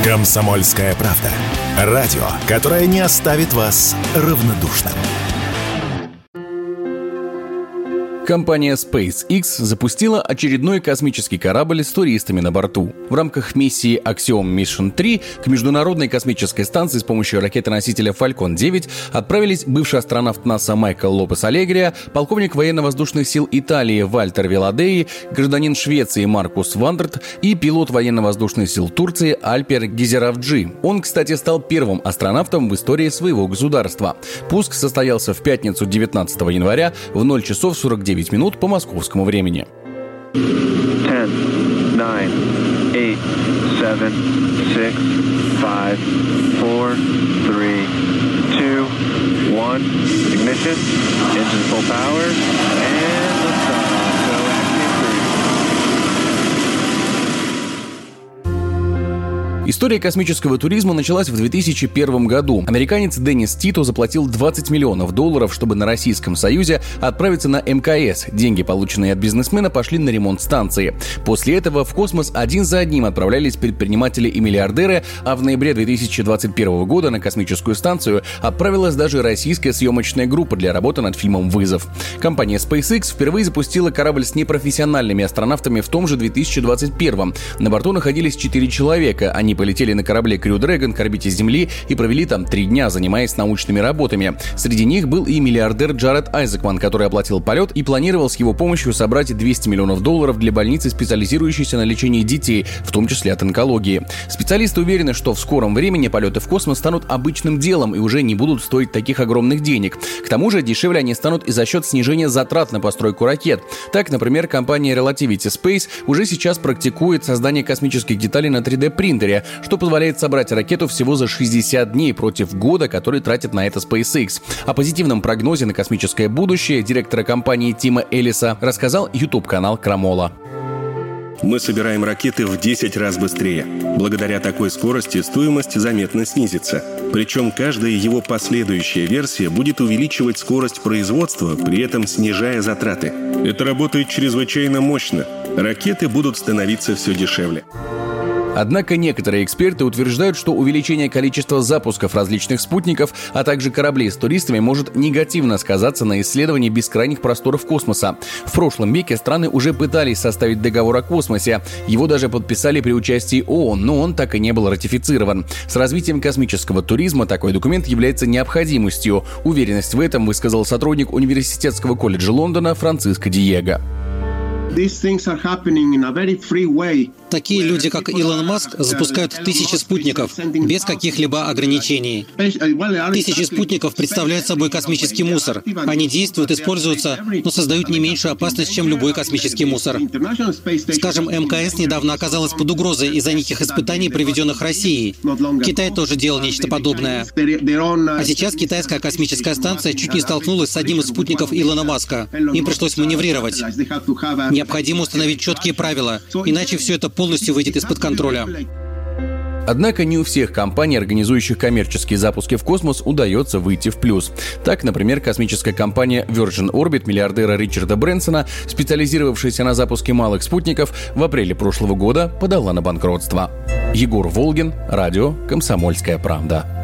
«Комсомольская правда». Радио, которое не оставит вас равнодушным. Компания SpaceX запустила очередной космический корабль с туристами на борту. В рамках миссии Axiom Mission 3 к Международной космической станции с помощью ракеты-носителя Falcon 9 отправились бывший астронавт НАСА Майкл Лопес Алегрия, полковник военно-воздушных сил Италии Вальтер Виладеи, гражданин Швеции Маркус Вандерт и пилот военно-воздушных сил Турции Альпер Гизеравджи. Он, кстати, стал первым астронавтом в истории своего государства. Пуск состоялся в пятницу 19 января в 0 часов 49 минут по московскому времени. 10, 9, 8, 7, 6, 5, 4, 3, 2, 1. Ignition. Engine full power. And liftoff. История космического туризма началась в 2001 году. Американец Деннис Тито заплатил $20 миллионов, чтобы на Российском Союзе отправиться на МКС. Деньги, полученные от бизнесмена, пошли на ремонт станции. После этого в космос один за одним отправлялись предприниматели и миллиардеры, а в ноябре 2021 года на космическую станцию отправилась даже российская съемочная группа для работы над фильмом «Вызов». Компания SpaceX впервые запустила корабль с непрофессиональными астронавтами в том же 2021. На борту находились 4 человека. Они полетели на корабле Crew Dragon к орбите Земли и провели там 3 дня, занимаясь научными работами. Среди них был и миллиардер Джаред Айзекман, который оплатил полет и планировал с его помощью собрать $200 миллионов для больницы, специализирующейся на лечении детей, в том числе от онкологии. Специалисты уверены, что в скором времени полеты в космос станут обычным делом и уже не будут стоить таких огромных денег. К тому же дешевле они станут и за счет снижения затрат на постройку ракет. Так, например, компания Relativity Space уже сейчас практикует создание космических деталей на 3D-принтере, что позволяет собрать ракету всего за 60 дней против года, который тратит на это SpaceX. О позитивном прогнозе на космическое будущее директора компании Тима Эллиса рассказал YouTube-канал Крамола. Мы собираем ракеты в 10 раз быстрее. Благодаря такой скорости стоимость заметно снизится. Причем каждая его последующая версия будет увеличивать скорость производства, при этом снижая затраты. Это работает чрезвычайно мощно. Ракеты будут становиться все дешевле. Однако некоторые эксперты утверждают, что увеличение количества запусков различных спутников, а также кораблей с туристами может негативно сказаться на исследовании бескрайних просторов космоса. В прошлом веке страны уже пытались составить договор о космосе. Его даже подписали при участии ООН, но он так и не был ратифицирован. С развитием космического туризма такой документ является необходимостью. Уверенность в этом высказал сотрудник Университетского колледжа Лондона Франциско Диего. Такие люди, как Илон Маск, запускают тысячи спутников без каких-либо ограничений. Тысячи спутников представляют собой космический мусор. Они действуют, используются, но создают не меньшую опасность, чем любой космический мусор. Скажем, МКС недавно оказалась под угрозой из-за неких испытаний, проведенных Россией. Китай тоже делал нечто подобное. А сейчас китайская космическая станция чуть не столкнулась с одним из спутников Илона Маска. Им пришлось маневрировать. Необходимо установить четкие правила, иначе все это полностью выйдет из-под контроля. Однако не у всех компаний, организующих коммерческие запуски в космос, удается выйти в плюс. Так, например, космическая компания Virgin Orbit миллиардера Ричарда Брэнсона, специализировавшаяся на запуске малых спутников, в апреле прошлого года подала на банкротство. Егор Волгин, радио «Комсомольская правда».